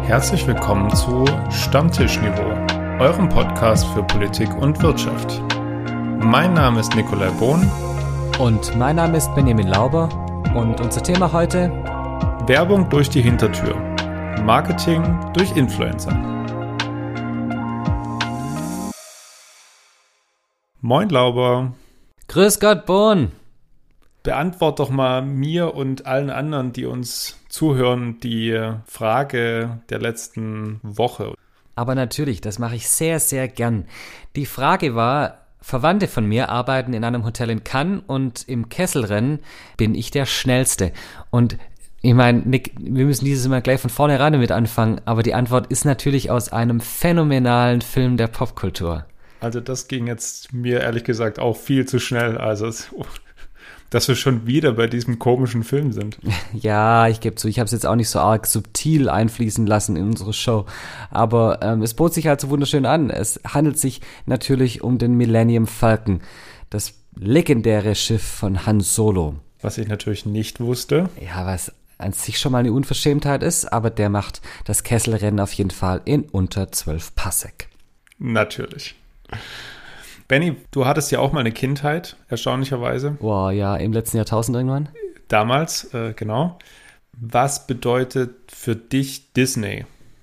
Herzlich willkommen zu Stammtischniveau, eurem Podcast für Politik und Wirtschaft. Mein Name ist Nikolai Bohn. Und mein Name ist Benjamin Lauber. Und unser Thema heute: Werbung durch die Hintertür. Marketing durch Influencer. Moin Lauber. Grüß Gott, Bohn. Beantwort doch mal mir und allen anderen, die uns zuhören, die Frage der letzten Woche. Aber natürlich, das mache ich sehr, sehr gern. Die Frage war: Verwandte von mir arbeiten in einem Hotel in Cannes und im Kesselrennen bin ich der Schnellste. Und ich meine, Nick, wir müssen dieses Mal gleich von vornherein damit anfangen, aber die Antwort ist natürlich aus einem phänomenalen Film der Popkultur. Also das ging jetzt mir ehrlich gesagt auch viel zu schnell. Also dass wir schon wieder bei diesem komischen Film sind. Ja, ich gebe zu, ich habe es jetzt auch nicht so arg subtil einfließen lassen in unsere Show, aber es bot sich halt so wunderschön an. Es handelt sich natürlich um den Millennium Falcon, das legendäre Schiff von Han Solo. Was ich natürlich nicht wusste. Ja, was an sich schon mal eine Unverschämtheit ist, aber der macht das Kesselrennen auf jeden Fall in unter 12 Passek. Natürlich. Benni, du hattest ja auch mal eine Kindheit, erstaunlicherweise. Boah, ja, im letzten Jahrtausend irgendwann. Damals, genau. Was bedeutet für dich Disney?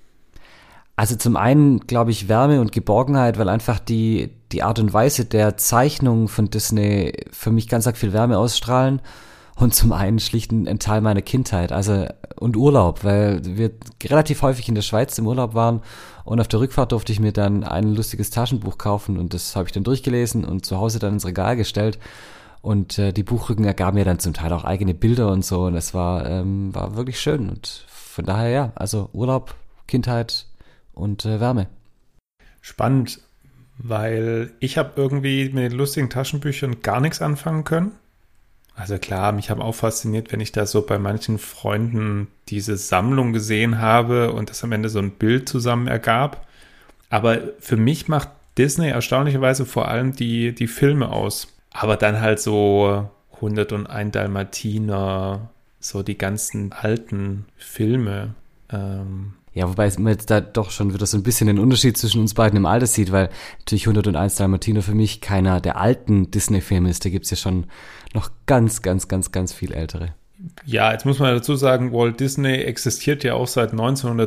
Also zum einen, glaube ich, Wärme und Geborgenheit, weil einfach die Art und Weise der Zeichnung von Disney für mich ganz arg viel Wärme ausstrahlen. Und zum einen schlicht ein Teil meiner Kindheit, also und Urlaub, weil wir relativ häufig in der Schweiz im Urlaub waren und auf der Rückfahrt durfte ich mir dann ein lustiges Taschenbuch kaufen und das habe ich dann durchgelesen und zu Hause dann ins Regal gestellt und die Buchrücken ergaben mir dann zum Teil auch eigene Bilder und so und es war wirklich schön und von daher ja, also Urlaub, Kindheit und Wärme. Spannend, weil ich habe irgendwie mit den lustigen Taschenbüchern gar nichts anfangen können. Also klar, mich haben auch fasziniert, wenn ich da so bei manchen Freunden diese Sammlung gesehen habe und das am Ende so ein Bild zusammen ergab. Aber für mich macht Disney erstaunlicherweise vor allem die Filme aus. Aber dann halt so 101 Dalmatiner, so die ganzen alten Filme. Ja, wobei man jetzt da doch schon wieder so ein bisschen den Unterschied zwischen uns beiden im Alter sieht, weil natürlich 101 Dalmatiner für mich keiner der alten Disney-Filme ist. Da gibt's ja schon noch ganz, ganz, ganz, ganz viel ältere. Ja, jetzt muss man dazu sagen, Walt Disney existiert ja auch seit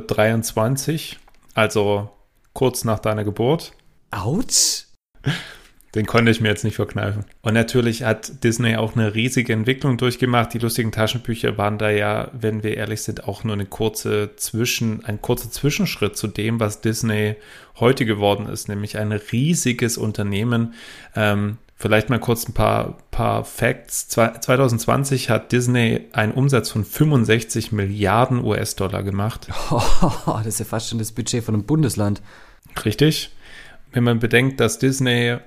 1923, also kurz nach deiner Geburt. Autsch! Den konnte ich mir jetzt nicht verkneifen. Und natürlich hat Disney auch eine riesige Entwicklung durchgemacht. Die lustigen Taschenbücher waren da ja, wenn wir ehrlich sind, auch nur ein kurzer Zwischenschritt zu dem, was Disney heute geworden ist, nämlich ein riesiges Unternehmen. Vielleicht mal kurz ein paar Facts. 2020 hat Disney einen Umsatz von 65 Milliarden US-Dollar gemacht. Das ist ja fast schon das Budget von einem Bundesland. Richtig. Wenn man bedenkt, dass Disney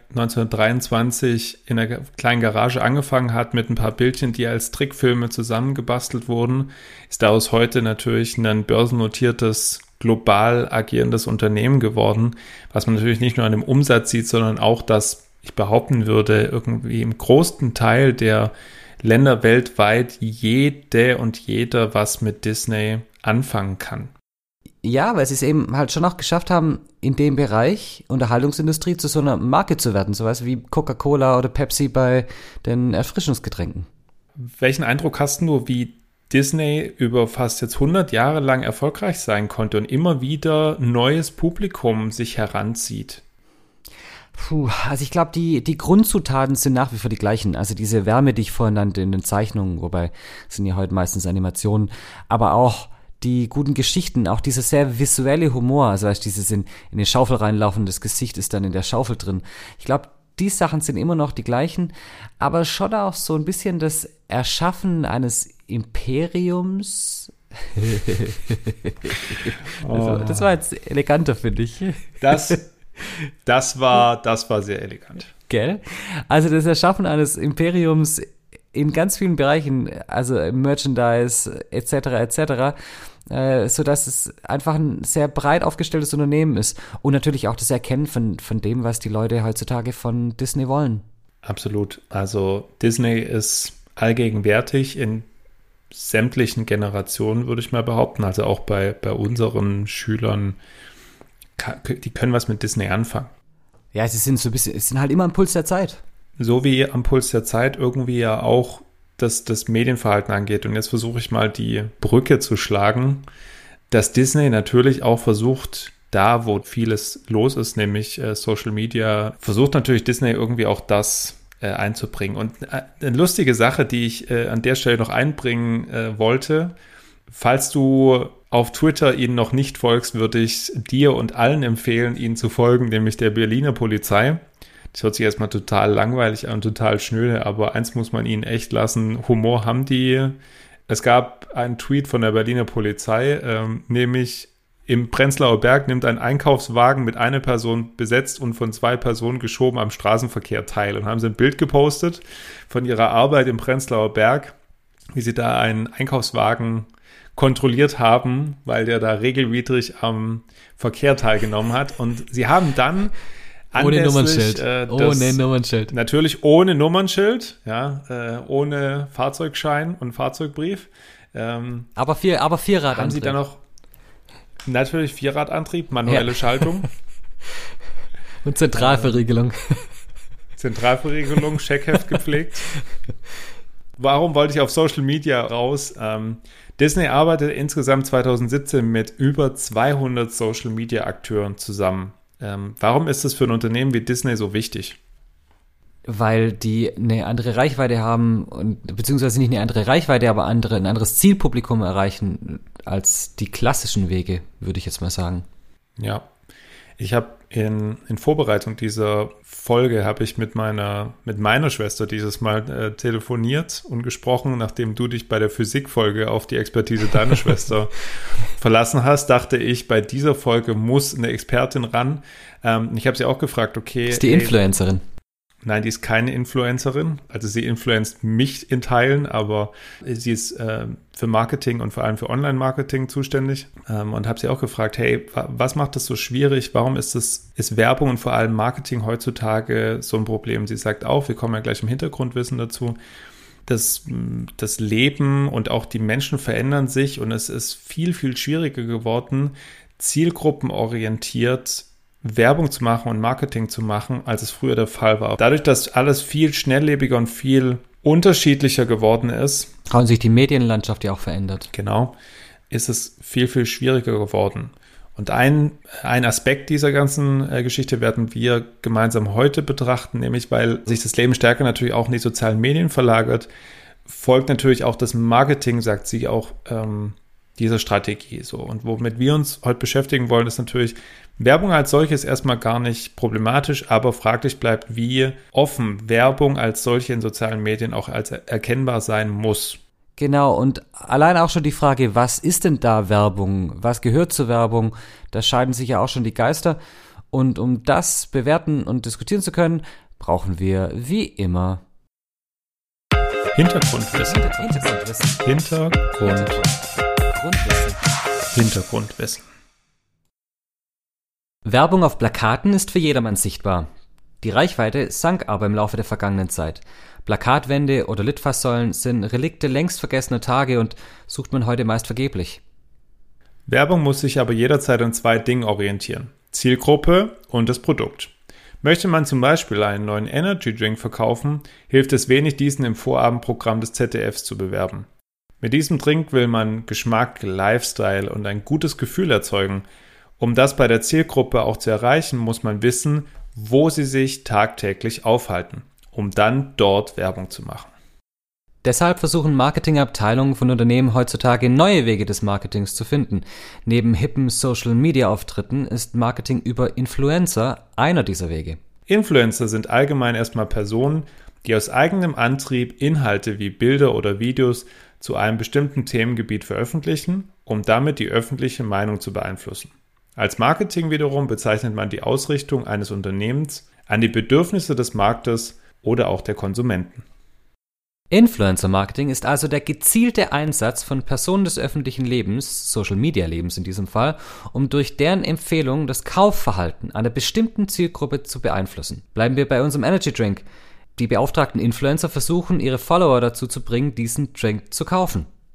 1923 in einer kleinen Garage angefangen hat mit ein paar Bildchen, die als Trickfilme zusammengebastelt wurden, ist daraus heute natürlich ein börsennotiertes, global agierendes Unternehmen geworden, was man natürlich nicht nur an dem Umsatz sieht, sondern auch, dass ich behaupten würde, irgendwie im großen Teil der Länder weltweit jede und jeder was mit Disney anfangen kann. Ja, weil sie es eben halt schon auch geschafft haben, in dem Bereich Unterhaltungsindustrie zu so einer Marke zu werden, sowas wie Coca-Cola oder Pepsi bei den Erfrischungsgetränken. Welchen Eindruck hast du, wie Disney über fast jetzt 100 Jahre lang erfolgreich sein konnte und immer wieder neues Publikum sich heranzieht? Also ich glaube, die Grundzutaten sind nach wie vor die gleichen. Also diese Wärme, die ich vorhin nannte in den Zeichnungen, wobei sind ja heute meistens Animationen, aber auch die guten Geschichten, auch dieser sehr visuelle Humor, also weißt, dieses in die Schaufel reinlaufen, das Gesicht ist dann in der Schaufel drin. Ich glaube, die Sachen sind immer noch die gleichen, aber schon auch so ein bisschen das Erschaffen eines Imperiums. Also, das war jetzt eleganter, finde ich. Das war sehr elegant. Gell? Also das Erschaffen eines Imperiums in ganz vielen Bereichen, also Merchandise etc., sodass es einfach ein sehr breit aufgestelltes Unternehmen ist und natürlich auch das Erkennen von dem, was die Leute heutzutage von Disney wollen. Absolut. Also Disney ist allgegenwärtig in sämtlichen Generationen, würde ich mal behaupten. Also auch bei unseren Schülern, die können was mit Disney anfangen. Ja, es sind halt immer am Puls der Zeit. So wie am Puls der Zeit irgendwie ja auch das Medienverhalten angeht. Und jetzt versuche ich mal die Brücke zu schlagen, dass Disney natürlich auch versucht, da wo vieles los ist, nämlich Social Media, versucht natürlich Disney irgendwie auch das einzubringen. Und eine lustige Sache, die ich an der Stelle noch einbringen wollte, falls du auf Twitter ihnen noch nicht folgst, würde ich dir und allen empfehlen, ihnen zu folgen, nämlich der Berliner Polizei. Das hört sich erstmal total langweilig an, total schnöde, aber eins muss man ihnen echt lassen, Humor haben die. Es gab einen Tweet von der Berliner Polizei, nämlich im Prenzlauer Berg nimmt ein Einkaufswagen mit einer Person besetzt und von 2 Personen geschoben am Straßenverkehr teil. Und haben sie ein Bild gepostet von ihrer Arbeit im Prenzlauer Berg, wie sie da einen Einkaufswagen kontrolliert haben, weil der da regelwidrig am Verkehr teilgenommen hat. Und sie haben dann ohne Nummernschild. Ohne Nummernschild. Natürlich ohne Nummernschild, ja, ohne Fahrzeugschein und Fahrzeugbrief. Aber Vierradantrieb. Haben sie dann noch natürlich Vierradantrieb, manuelle Schaltung. Und Zentralverriegelung. Zentralverriegelung, Scheckheft gepflegt. Warum wollte ich auf Social Media raus? Disney arbeitet insgesamt 2017 mit über 200 Social Media Akteuren zusammen. Warum ist es für ein Unternehmen wie Disney so wichtig? Weil die eine andere Reichweite haben, beziehungsweise nicht eine andere Reichweite, aber ein anderes Zielpublikum erreichen als die klassischen Wege, würde ich jetzt mal sagen. Ja, ich habe in Vorbereitung dieser Folge habe ich mit meiner Schwester dieses Mal telefoniert und gesprochen, nachdem du dich bei der Physikfolge auf die Expertise deiner Schwester verlassen hast, dachte ich, bei dieser Folge muss eine Expertin ran. Ich habe sie auch gefragt, okay. Ist die Influencerin? Nein, die ist keine Influencerin. Also sie influenzt mich in Teilen, aber sie ist für Marketing und vor allem für Online-Marketing zuständig. Und habe sie auch gefragt, hey, was macht das so schwierig? Warum ist Werbung und vor allem Marketing heutzutage so ein Problem? Sie sagt auch, wir kommen ja gleich im Hintergrundwissen dazu, dass das Leben und auch die Menschen verändern sich und es ist viel, viel schwieriger geworden, zielgruppenorientiert Werbung zu machen und Marketing zu machen, als es früher der Fall war. Dadurch, dass alles viel schnelllebiger und viel unterschiedlicher geworden ist, haben sich die Medienlandschaft ja auch verändert. Genau, ist es viel, viel schwieriger geworden. Und ein Aspekt dieser ganzen Geschichte werden wir gemeinsam heute betrachten, nämlich weil sich das Leben stärker natürlich auch in die sozialen Medien verlagert, folgt natürlich auch das Marketing, sagt sie auch, dieser Strategie so. Und womit wir uns heute beschäftigen wollen, ist natürlich Werbung als solches erstmal gar nicht problematisch, aber fraglich bleibt, wie offen Werbung als solche in sozialen Medien auch als erkennbar sein muss. Genau, und allein auch schon die Frage, was ist denn da Werbung? Was gehört zur Werbung? Da scheiden sich ja auch schon die Geister. Und um das bewerten und diskutieren zu können, brauchen wir wie immer Hintergrundwissen. Werbung auf Plakaten ist für jedermann sichtbar. Die Reichweite sank aber im Laufe der vergangenen Zeit. Plakatwände oder Litfaßsäulen sind Relikte längst vergessener Tage und sucht man heute meist vergeblich. Werbung muss sich aber jederzeit an 2 Dingen orientieren: Zielgruppe und das Produkt. Möchte man zum Beispiel einen neuen Energy Drink verkaufen, hilft es wenig, diesen im Vorabendprogramm des ZDFs zu bewerben. Mit diesem Drink will man Geschmack, Lifestyle und ein gutes Gefühl erzeugen. Um das bei der Zielgruppe auch zu erreichen, muss man wissen, wo sie sich tagtäglich aufhalten, um dann dort Werbung zu machen. Deshalb versuchen Marketingabteilungen von Unternehmen heutzutage neue Wege des Marketings zu finden. Neben hippen Social-Media-Auftritten ist Marketing über Influencer einer dieser Wege. Influencer sind allgemein erstmal Personen, die aus eigenem Antrieb Inhalte wie Bilder oder Videos zu einem bestimmten Themengebiet veröffentlichen, um damit die öffentliche Meinung zu beeinflussen. Als Marketing wiederum bezeichnet man die Ausrichtung eines Unternehmens an die Bedürfnisse des Marktes oder auch der Konsumenten. Influencer-Marketing ist also der gezielte Einsatz von Personen des öffentlichen Lebens, Social-Media-Lebens in diesem Fall, um durch deren Empfehlung das Kaufverhalten einer bestimmten Zielgruppe zu beeinflussen. Bleiben wir bei unserem Energy Drink. Die beauftragten Influencer versuchen, ihre Follower dazu zu bringen, diesen Drink zu kaufen.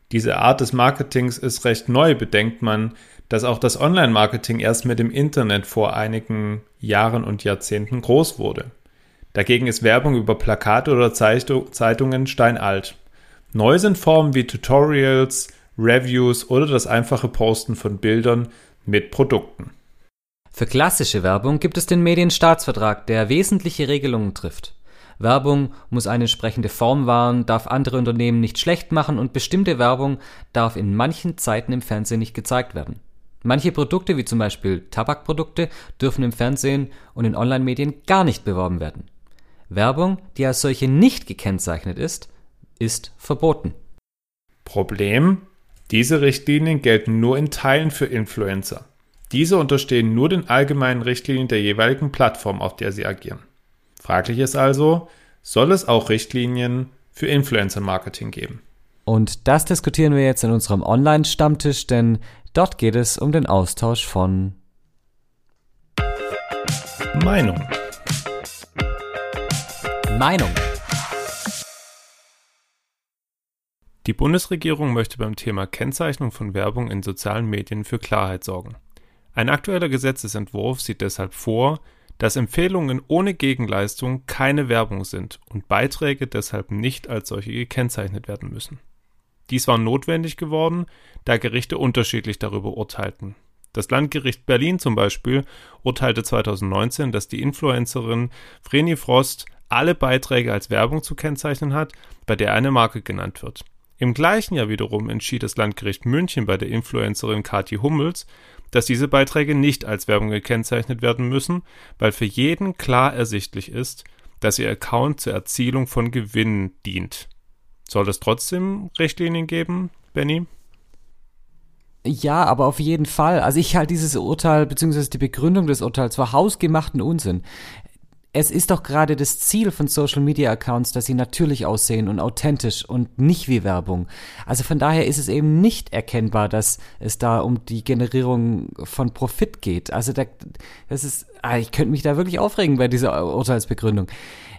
Diese Art des Marketings ist recht neu, bedenkt man, dass auch das Online-Marketing erst mit dem Internet vor einigen Jahren und Jahrzehnten groß wurde. Dagegen ist Werbung über Plakate oder Zeitungen steinalt. Neu sind Formen wie Tutorials, Reviews oder das einfache Posten von Bildern mit Produkten. Für klassische Werbung gibt es den Medienstaatsvertrag, der wesentliche Regelungen trifft. Werbung muss eine entsprechende Form wahren, darf andere Unternehmen nicht schlecht machen und bestimmte Werbung darf in manchen Zeiten im Fernsehen nicht gezeigt werden. Manche Produkte, wie zum Beispiel Tabakprodukte, dürfen im Fernsehen und in Online-Medien gar nicht beworben werden. Werbung, die als solche nicht gekennzeichnet ist verboten. Problem: Diese Richtlinien gelten nur in Teilen für Influencer. Diese unterstehen nur den allgemeinen Richtlinien der jeweiligen Plattform, auf der sie agieren. Fraglich ist also, soll es auch Richtlinien für Influencer-Marketing geben? Und das diskutieren wir jetzt in unserem Online-Stammtisch, denn dort geht es um den Austausch von Meinung. Die Bundesregierung möchte beim Thema Kennzeichnung von Werbung in sozialen Medien für Klarheit sorgen. Ein aktueller Gesetzesentwurf sieht deshalb vor, dass Empfehlungen ohne Gegenleistung keine Werbung sind und Beiträge deshalb nicht als solche gekennzeichnet werden müssen. Dies war notwendig geworden, da Gerichte unterschiedlich darüber urteilten. Das Landgericht Berlin zum Beispiel urteilte 2019, dass die Influencerin Vreni Frost alle Beiträge als Werbung zu kennzeichnen hat, bei der eine Marke genannt wird. Im gleichen Jahr wiederum entschied das Landgericht München bei der Influencerin Kathi Hummels, dass diese Beiträge nicht als Werbung gekennzeichnet werden müssen, weil für jeden klar ersichtlich ist, dass ihr Account zur Erzielung von Gewinnen dient. Soll es trotzdem Richtlinien geben, Benny? Ja, aber auf jeden Fall. Also ich halte dieses Urteil bzw. die Begründung des Urteils für hausgemachten Unsinn. Es ist doch gerade das Ziel von Social-Media-Accounts, dass sie natürlich aussehen und authentisch und nicht wie Werbung. Also von daher ist es eben nicht erkennbar, dass es da um die Generierung von Profit geht. Also ich könnte mich da wirklich aufregen bei dieser Urteilsbegründung.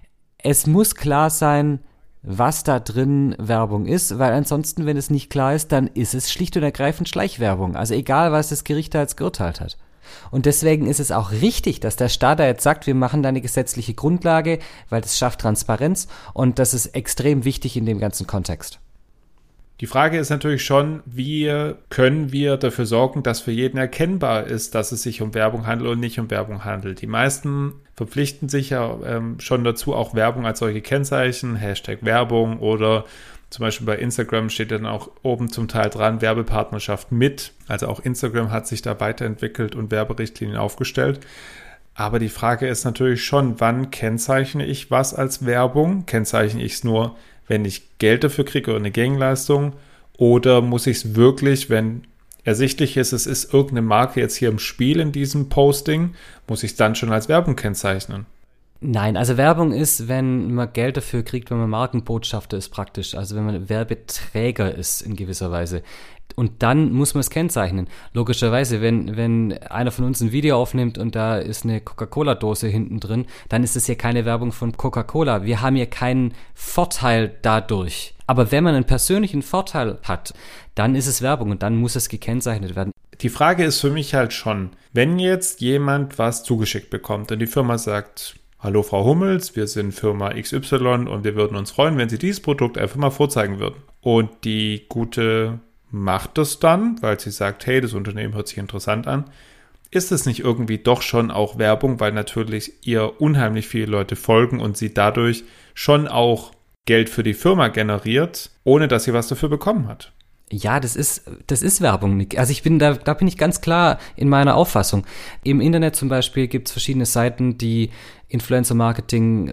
Es muss klar sein, was da drin Werbung ist, weil ansonsten, wenn es nicht klar ist, dann ist es schlicht und ergreifend Schleichwerbung. Also egal, was das Gericht da jetzt geurteilt hat. Und deswegen ist es auch richtig, dass der Staat da jetzt sagt, wir machen da eine gesetzliche Grundlage, weil das schafft Transparenz und das ist extrem wichtig in dem ganzen Kontext. Die Frage ist natürlich schon, wie können wir dafür sorgen, dass für jeden erkennbar ist, dass es sich um Werbung handelt und nicht um Werbung handelt. Die meisten verpflichten sich ja schon dazu, auch Werbung als solche Kennzeichen, Hashtag Werbung oder zum Beispiel bei Instagram steht dann auch oben zum Teil dran, Werbepartnerschaft mit. Also auch Instagram hat sich da weiterentwickelt und Werberichtlinien aufgestellt. Aber die Frage ist natürlich schon, wann kennzeichne ich was als Werbung? Kennzeichne ich es nur, wenn ich Geld dafür kriege oder eine Gegenleistung? Oder muss ich es wirklich, wenn ersichtlich ist, es ist irgendeine Marke jetzt hier im Spiel in diesem Posting, muss ich es dann schon als Werbung kennzeichnen? Nein, also Werbung ist, wenn man Geld dafür kriegt, wenn man Markenbotschafter ist praktisch, also wenn man Werbeträger ist in gewisser Weise. Und dann muss man es kennzeichnen. Logischerweise, wenn einer von uns ein Video aufnimmt und da ist eine Coca-Cola-Dose hinten drin, dann ist das hier keine Werbung von Coca-Cola. Wir haben hier keinen Vorteil dadurch. Aber wenn man einen persönlichen Vorteil hat, dann ist es Werbung und dann muss es gekennzeichnet werden. Die Frage ist für mich halt schon, wenn jetzt jemand was zugeschickt bekommt und die Firma sagt, hallo Frau Hummels, wir sind Firma XY und wir würden uns freuen, wenn Sie dieses Produkt einfach mal vorzeigen würden. Und die gute macht das dann, weil sie sagt, hey, das Unternehmen hört sich interessant an. Ist es nicht irgendwie doch schon auch Werbung, weil natürlich ihr unheimlich viele Leute folgen und sie dadurch schon auch Geld für die Firma generiert, ohne dass sie was dafür bekommen hat? Ja, das ist Werbung, Nick. Also da bin ich ganz klar in meiner Auffassung. Im Internet zum Beispiel gibt es verschiedene Seiten, die Influencer-Marketing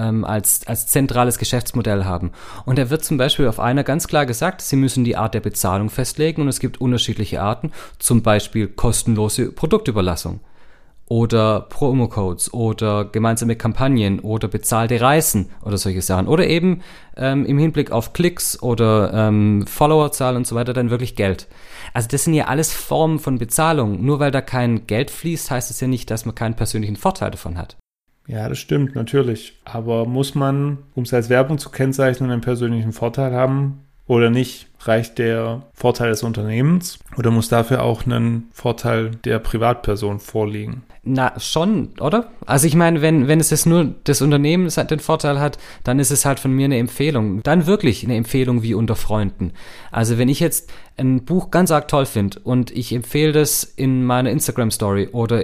als zentrales Geschäftsmodell haben. Und da wird zum Beispiel auf einer ganz klar gesagt, sie müssen die Art der Bezahlung festlegen und es gibt unterschiedliche Arten, zum Beispiel kostenlose Produktüberlassung oder Promo-Codes oder gemeinsame Kampagnen oder bezahlte Reisen oder solche Sachen. Oder eben im Hinblick auf Klicks oder Followerzahl und so weiter dann wirklich Geld. Also das sind ja alles Formen von Bezahlung. Nur weil da kein Geld fließt, heißt es ja nicht, dass man keinen persönlichen Vorteil davon hat. Ja, das stimmt, natürlich. Aber muss man, um es als Werbung zu kennzeichnen, einen persönlichen Vorteil haben oder nicht? Reicht der Vorteil des Unternehmens oder muss dafür auch ein Vorteil der Privatperson vorliegen? Na, schon, oder? Also ich meine, wenn es jetzt nur das Unternehmen den Vorteil hat, dann ist es halt von mir eine Empfehlung. Dann wirklich eine Empfehlung wie unter Freunden. Also wenn ich jetzt ein Buch ganz arg toll finde und ich empfehle das in meiner Instagram-Story oder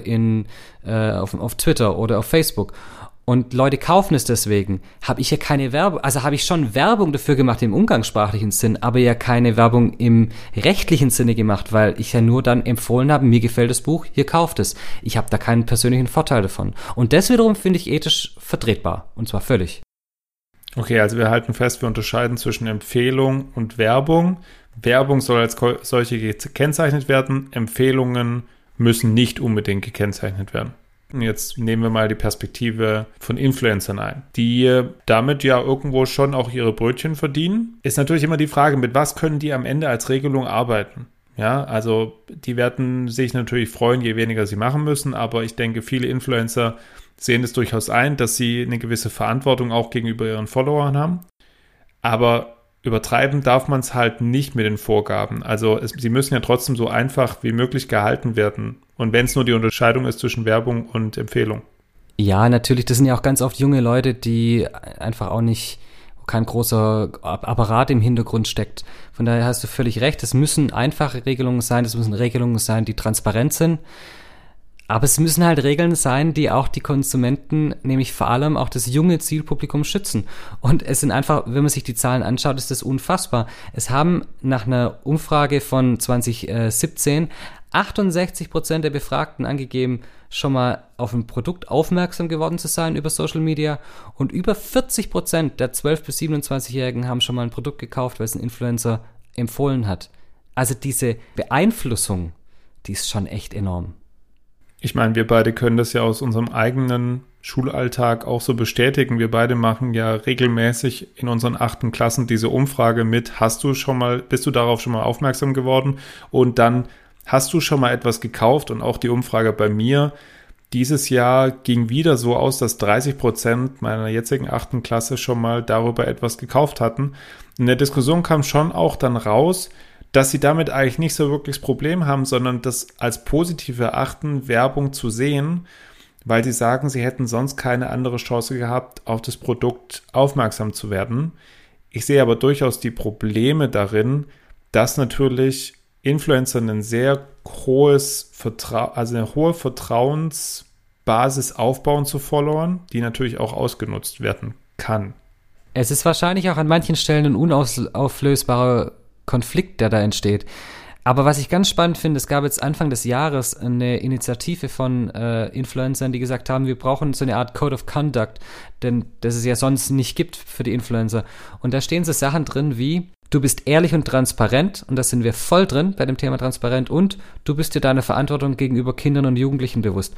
auf Twitter oder auf Facebook und Leute kaufen es deswegen, habe ich ja keine Werbung, also habe ich schon Werbung dafür gemacht im umgangssprachlichen Sinn, aber ja keine Werbung im rechtlichen Sinne gemacht, weil ich ja nur dann empfohlen habe, mir gefällt das Buch, ihr kauft es. Ich habe da keinen persönlichen Vorteil davon. Und das wiederum finde ich ethisch vertretbar, und zwar völlig. Okay, also wir halten fest, wir unterscheiden zwischen Empfehlung und Werbung. Werbung soll als solche gekennzeichnet werden, Empfehlungen müssen nicht unbedingt gekennzeichnet werden. Jetzt nehmen wir mal die Perspektive von Influencern ein, die damit ja irgendwo schon auch ihre Brötchen verdienen. Ist natürlich immer die Frage, mit was können die am Ende als Regelung arbeiten? Ja, also die werden sich natürlich freuen, je weniger sie machen müssen, aber ich denke, viele Influencer sehen es durchaus ein, dass sie eine gewisse Verantwortung auch gegenüber ihren Followern haben. Aber übertreiben darf man es halt nicht mit den Vorgaben. Also sie müssen ja trotzdem so einfach wie möglich gehalten werden. Und wenn es nur die Unterscheidung ist zwischen Werbung und Empfehlung. Ja, natürlich, das sind ja auch ganz oft junge Leute, die einfach auch nicht, wo kein großer Apparat im Hintergrund steckt. Von daher hast du völlig recht, es müssen einfache Regelungen sein, es müssen Regelungen sein, die transparent sind. Aber es müssen halt Regeln sein, die auch die Konsumenten, nämlich vor allem auch das junge Zielpublikum schützen. Und es sind einfach, wenn man sich die Zahlen anschaut, ist das unfassbar. Es haben nach einer Umfrage von 2017 68% der Befragten angegeben, schon mal auf ein Produkt aufmerksam geworden zu sein über Social Media. Und über 40% der 12- bis 27-Jährigen haben schon mal ein Produkt gekauft, weil es ein Influencer empfohlen hat. Also diese Beeinflussung, die ist schon echt enorm. Ich meine, wir beide können das ja aus unserem eigenen Schulalltag auch so bestätigen. Wir beide machen ja regelmäßig in unseren 8. Klassen diese Umfrage mit, bist du darauf schon mal aufmerksam geworden? Und dann hast du schon mal etwas gekauft? Und auch die Umfrage bei mir dieses Jahr ging wieder so aus, dass 30% meiner jetzigen 8. Klasse schon mal darüber etwas gekauft hatten. In der Diskussion kam schon auch dann raus, dass sie damit eigentlich nicht so wirklich das Problem haben, sondern das als positiv erachten, Werbung zu sehen, weil sie sagen, sie hätten sonst keine andere Chance gehabt, auf das Produkt aufmerksam zu werden. Ich sehe aber durchaus die Probleme darin, dass natürlich Influencer ein sehr hohes eine hohe Vertrauensbasis aufbauen zu Followern, die natürlich auch ausgenutzt werden kann. Es ist wahrscheinlich auch an manchen Stellen ein unauflösbarer Konflikt, der da entsteht. Aber was ich ganz spannend finde, es gab jetzt Anfang des Jahres eine Initiative von Influencern, die gesagt haben, wir brauchen so eine Art Code of Conduct, denn das es ja sonst nicht gibt für die Influencer. Und da stehen so Sachen drin wie, du bist ehrlich und transparent, und da sind wir voll drin bei dem Thema transparent, und du bist dir deiner Verantwortung gegenüber Kindern und Jugendlichen bewusst.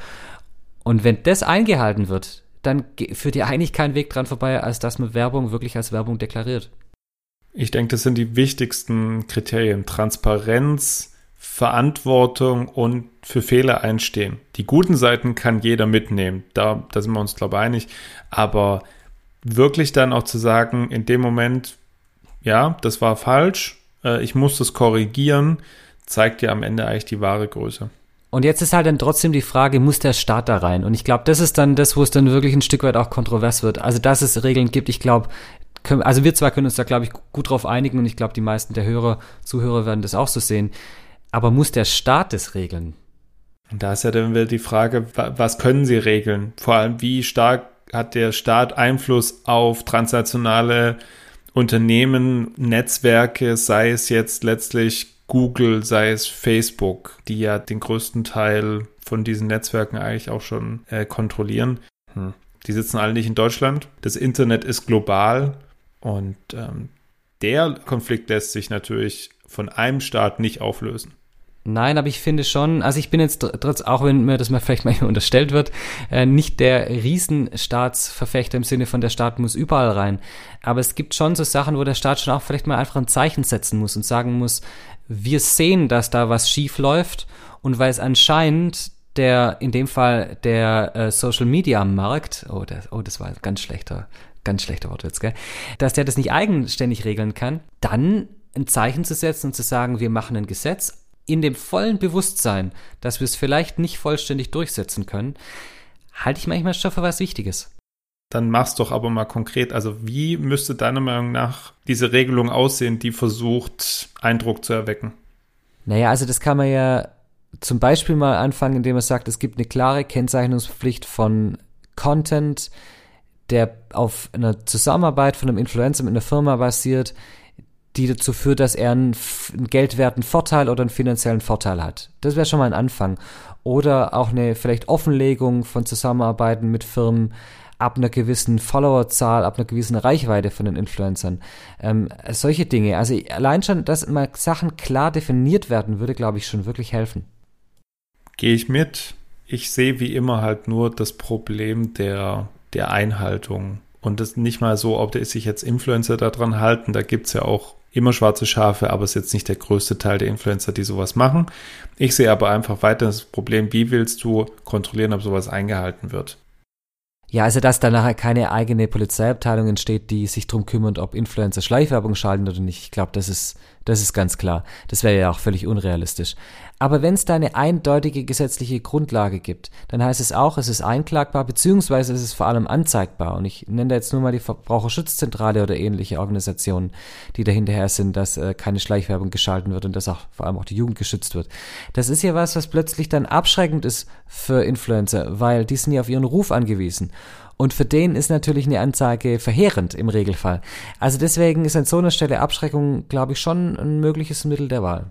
Und wenn das eingehalten wird, dann führt ja eigentlich kein Weg dran vorbei, als dass man Werbung wirklich als Werbung deklariert. Ich denke, das sind die wichtigsten Kriterien. Transparenz, Verantwortung und für Fehler einstehen. Die guten Seiten kann jeder mitnehmen. Da sind wir uns, glaube ich, einig. Aber wirklich dann auch zu sagen, in dem Moment, ja, das war falsch, ich muss das korrigieren, zeigt ja am Ende eigentlich die wahre Größe. Und jetzt ist halt dann trotzdem die Frage, muss der Staat da rein? Und ich glaube, das ist dann das, wo es dann wirklich ein Stück weit auch kontrovers wird. Also, dass es Regeln gibt, ich glaube, also wir zwei können uns da, glaube ich, gut drauf einigen, und ich glaube, die meisten der Zuhörer werden das auch so sehen. Aber muss der Staat das regeln? Und da ist ja dann wieder die Frage, was können sie regeln? Vor allem, wie stark hat der Staat Einfluss auf transnationale Unternehmen, Netzwerke, sei es jetzt letztlich Google, sei es Facebook, die ja den größten Teil von diesen Netzwerken eigentlich auch schon kontrollieren. Die sitzen alle nicht in Deutschland. Das Internet ist global. Und der Konflikt lässt sich natürlich von einem Staat nicht auflösen. Nein, aber ich finde schon, also ich bin jetzt trotz, auch wenn mir das mal vielleicht manchmal unterstellt wird, nicht der Riesenstaatsverfechter im Sinne von, der Staat muss überall rein. Aber es gibt schon so Sachen, wo der Staat schon auch vielleicht mal einfach ein Zeichen setzen muss und sagen muss, wir sehen, dass da was schief läuft, und weil es anscheinend in dem Fall der Social Media Markt, das war ein ganz schlechter Wortwitz, gell? Dass der das nicht eigenständig regeln kann, dann ein Zeichen zu setzen und zu sagen, wir machen ein Gesetz in dem vollen Bewusstsein, dass wir es vielleicht nicht vollständig durchsetzen können, halte ich manchmal schon für was Wichtiges. Dann mach's doch aber mal konkret. Also wie müsste deiner Meinung nach diese Regelung aussehen, die versucht, Eindruck zu erwecken? Naja, also das kann man ja zum Beispiel mal anfangen, indem man sagt, es gibt eine klare Kennzeichnungspflicht von Content, der auf einer Zusammenarbeit von einem Influencer mit einer Firma basiert, die dazu führt, dass er einen geldwerten Vorteil oder einen finanziellen Vorteil hat. Das wäre schon mal ein Anfang. Oder auch eine vielleicht Offenlegung von Zusammenarbeiten mit Firmen ab einer gewissen Followerzahl, ab einer gewissen Reichweite von den Influencern. Solche Dinge. Also allein schon, dass mal Sachen klar definiert werden, würde, glaube ich, schon wirklich helfen. Gehe ich mit. Ich sehe wie immer halt nur das Problem der Einhaltung. Und das nicht mal so, ob sich jetzt Influencer daran halten. Da gibt es ja auch immer schwarze Schafe, aber es ist jetzt nicht der größte Teil der Influencer, die sowas machen. Ich sehe aber einfach weiter das Problem, wie willst du kontrollieren, ob sowas eingehalten wird? Ja, also dass da nachher keine eigene Polizeiabteilung entsteht, die sich drum kümmert, ob Influencer Schleichwerbung schalten oder nicht. Ich glaube, das ist ganz klar. Das wäre ja auch völlig unrealistisch. Aber wenn es da eine eindeutige gesetzliche Grundlage gibt, dann heißt es auch, es ist einklagbar, beziehungsweise es ist vor allem anzeigbar. Und ich nenne da jetzt nur mal die Verbraucherschutzzentrale oder ähnliche Organisationen, die da hinterher sind, dass keine Schleichwerbung geschalten wird und dass auch vor allem auch die Jugend geschützt wird. Das ist ja was plötzlich dann abschreckend ist für Influencer, weil die sind ja auf ihren Ruf angewiesen. Und für den ist natürlich eine Anzeige verheerend im Regelfall. Also deswegen ist an so einer Stelle Abschreckung, glaube ich, schon ein mögliches Mittel der Wahl.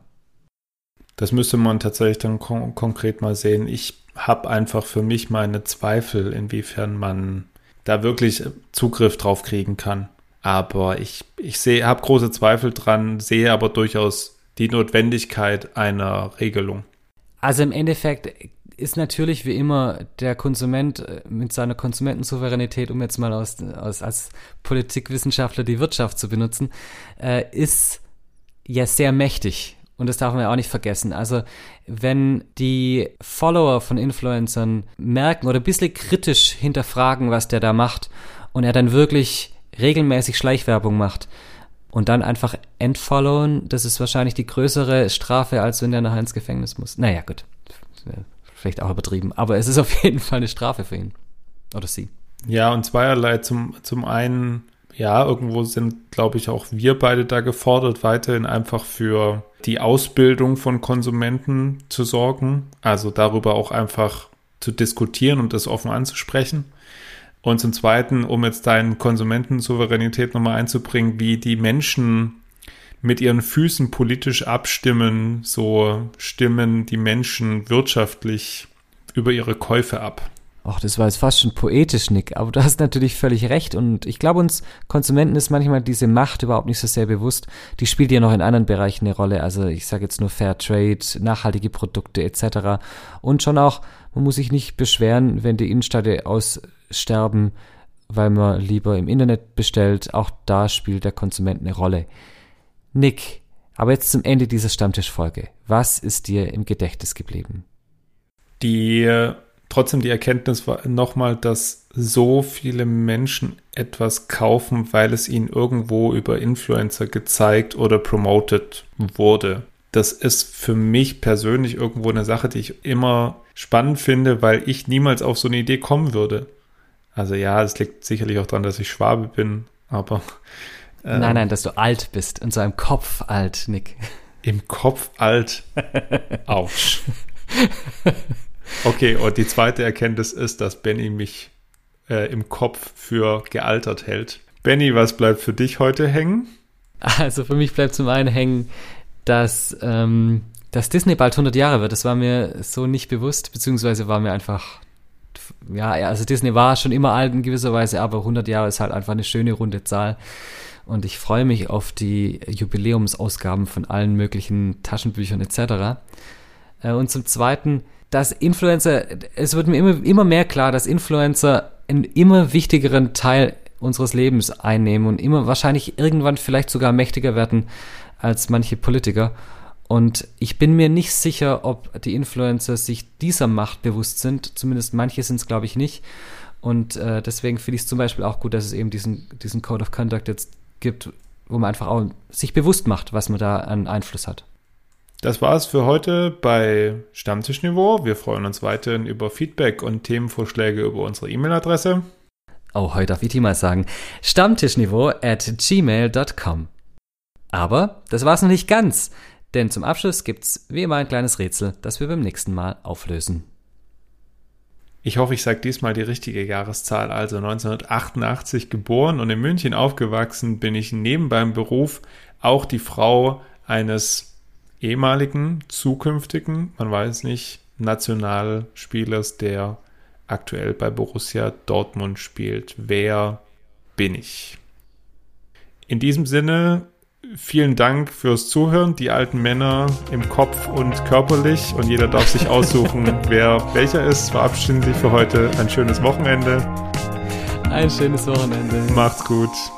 Das müsste man tatsächlich dann konkret mal sehen. Ich habe einfach für mich meine Zweifel, inwiefern man da wirklich Zugriff drauf kriegen kann. Aber ich habe große Zweifel dran, sehe aber durchaus die Notwendigkeit einer Regelung. Also im Endeffekt ist natürlich wie immer der Konsument mit seiner Konsumentensouveränität, um jetzt mal als Politikwissenschaftler die Wirtschaft zu benutzen, ist ja sehr mächtig. Und das darf man ja auch nicht vergessen. Also wenn die Follower von Influencern merken oder ein bisschen kritisch hinterfragen, was der da macht und er dann wirklich regelmäßig Schleichwerbung macht und dann einfach entfollowen, das ist wahrscheinlich die größere Strafe, als wenn der nachher ins Gefängnis muss. Naja, gut. Vielleicht auch übertrieben. Aber es ist auf jeden Fall eine Strafe für ihn. Oder sie. Ja, und zweierlei. Zum einen, ja, irgendwo sind, glaube ich, auch wir beide da gefordert, weiterhin einfach für die Ausbildung von Konsumenten zu sorgen. Also darüber auch einfach zu diskutieren und das offen anzusprechen. Und zum Zweiten, um jetzt deine Konsumentensouveränität nochmal einzubringen, wie die Menschen mit ihren Füßen politisch abstimmen, so stimmen die Menschen wirtschaftlich über ihre Käufe ab. Ach, das war jetzt fast schon poetisch, Nick, aber du hast natürlich völlig recht und ich glaube, uns Konsumenten ist manchmal diese Macht überhaupt nicht so sehr bewusst. Die spielt ja noch in anderen Bereichen eine Rolle, also ich sage jetzt nur Fair Trade, nachhaltige Produkte etc. Und schon auch, man muss sich nicht beschweren, wenn die Innenstädte aussterben, weil man lieber im Internet bestellt. Auch da spielt der Konsument eine Rolle. Nick, aber jetzt zum Ende dieser Stammtischfolge. Was ist dir im Gedächtnis geblieben? Trotzdem die Erkenntnis war nochmal, dass so viele Menschen etwas kaufen, weil es ihnen irgendwo über Influencer gezeigt oder promoted wurde. Das ist für mich persönlich irgendwo eine Sache, die ich immer spannend finde, weil ich niemals auf so eine Idee kommen würde. Also ja, es liegt sicherlich auch daran, dass ich Schwabe bin, aber Nein, dass du alt bist und so im Kopf alt, Nick. Im Kopf alt? Autsch. Okay, und die zweite Erkenntnis ist, dass Benny mich im Kopf für gealtert hält. Benny, was bleibt für dich heute hängen? Also für mich bleibt zum einen hängen, dass Disney bald 100 Jahre wird. Das war mir so nicht bewusst, beziehungsweise war mir einfach, ja, also Disney war schon immer alt in gewisser Weise, aber 100 Jahre ist halt einfach eine schöne runde Zahl. Und ich freue mich auf die Jubiläumsausgaben von allen möglichen Taschenbüchern etc. Und zum Zweiten, dass Influencer, es wird mir immer mehr klar, dass Influencer einen immer wichtigeren Teil unseres Lebens einnehmen und immer wahrscheinlich irgendwann vielleicht sogar mächtiger werden als manche Politiker. Und ich bin mir nicht sicher, ob die Influencer sich dieser Macht bewusst sind. Zumindest manche sind es, glaube ich, nicht. Und deswegen finde ich es zum Beispiel auch gut, dass es eben diesen Code of Conduct jetzt gibt, wo man einfach auch sich bewusst macht, was man da an Einfluss hat. Das war es für heute bei Stammtischniveau. Wir freuen uns weiterhin über Feedback und Themenvorschläge über unsere E-Mail-Adresse. Oh, heute darf ich die mal sagen. Stammtischniveau@gmail.com. Aber das war's noch nicht ganz, denn zum Abschluss gibt's wie immer ein kleines Rätsel, das wir beim nächsten Mal auflösen. Ich hoffe, ich sage diesmal die richtige Jahreszahl. Also 1988 geboren und in München aufgewachsen, bin ich neben meinem Beruf auch die Frau eines ehemaligen, zukünftigen, man weiß nicht, Nationalspielers, der aktuell bei Borussia Dortmund spielt. Wer bin ich? In diesem Sinne, vielen Dank fürs Zuhören, die alten Männer im Kopf und körperlich, und jeder darf sich aussuchen, wer welcher ist. Verabschieden sich für heute. Ein schönes Wochenende. Ein schönes Wochenende. Macht's gut.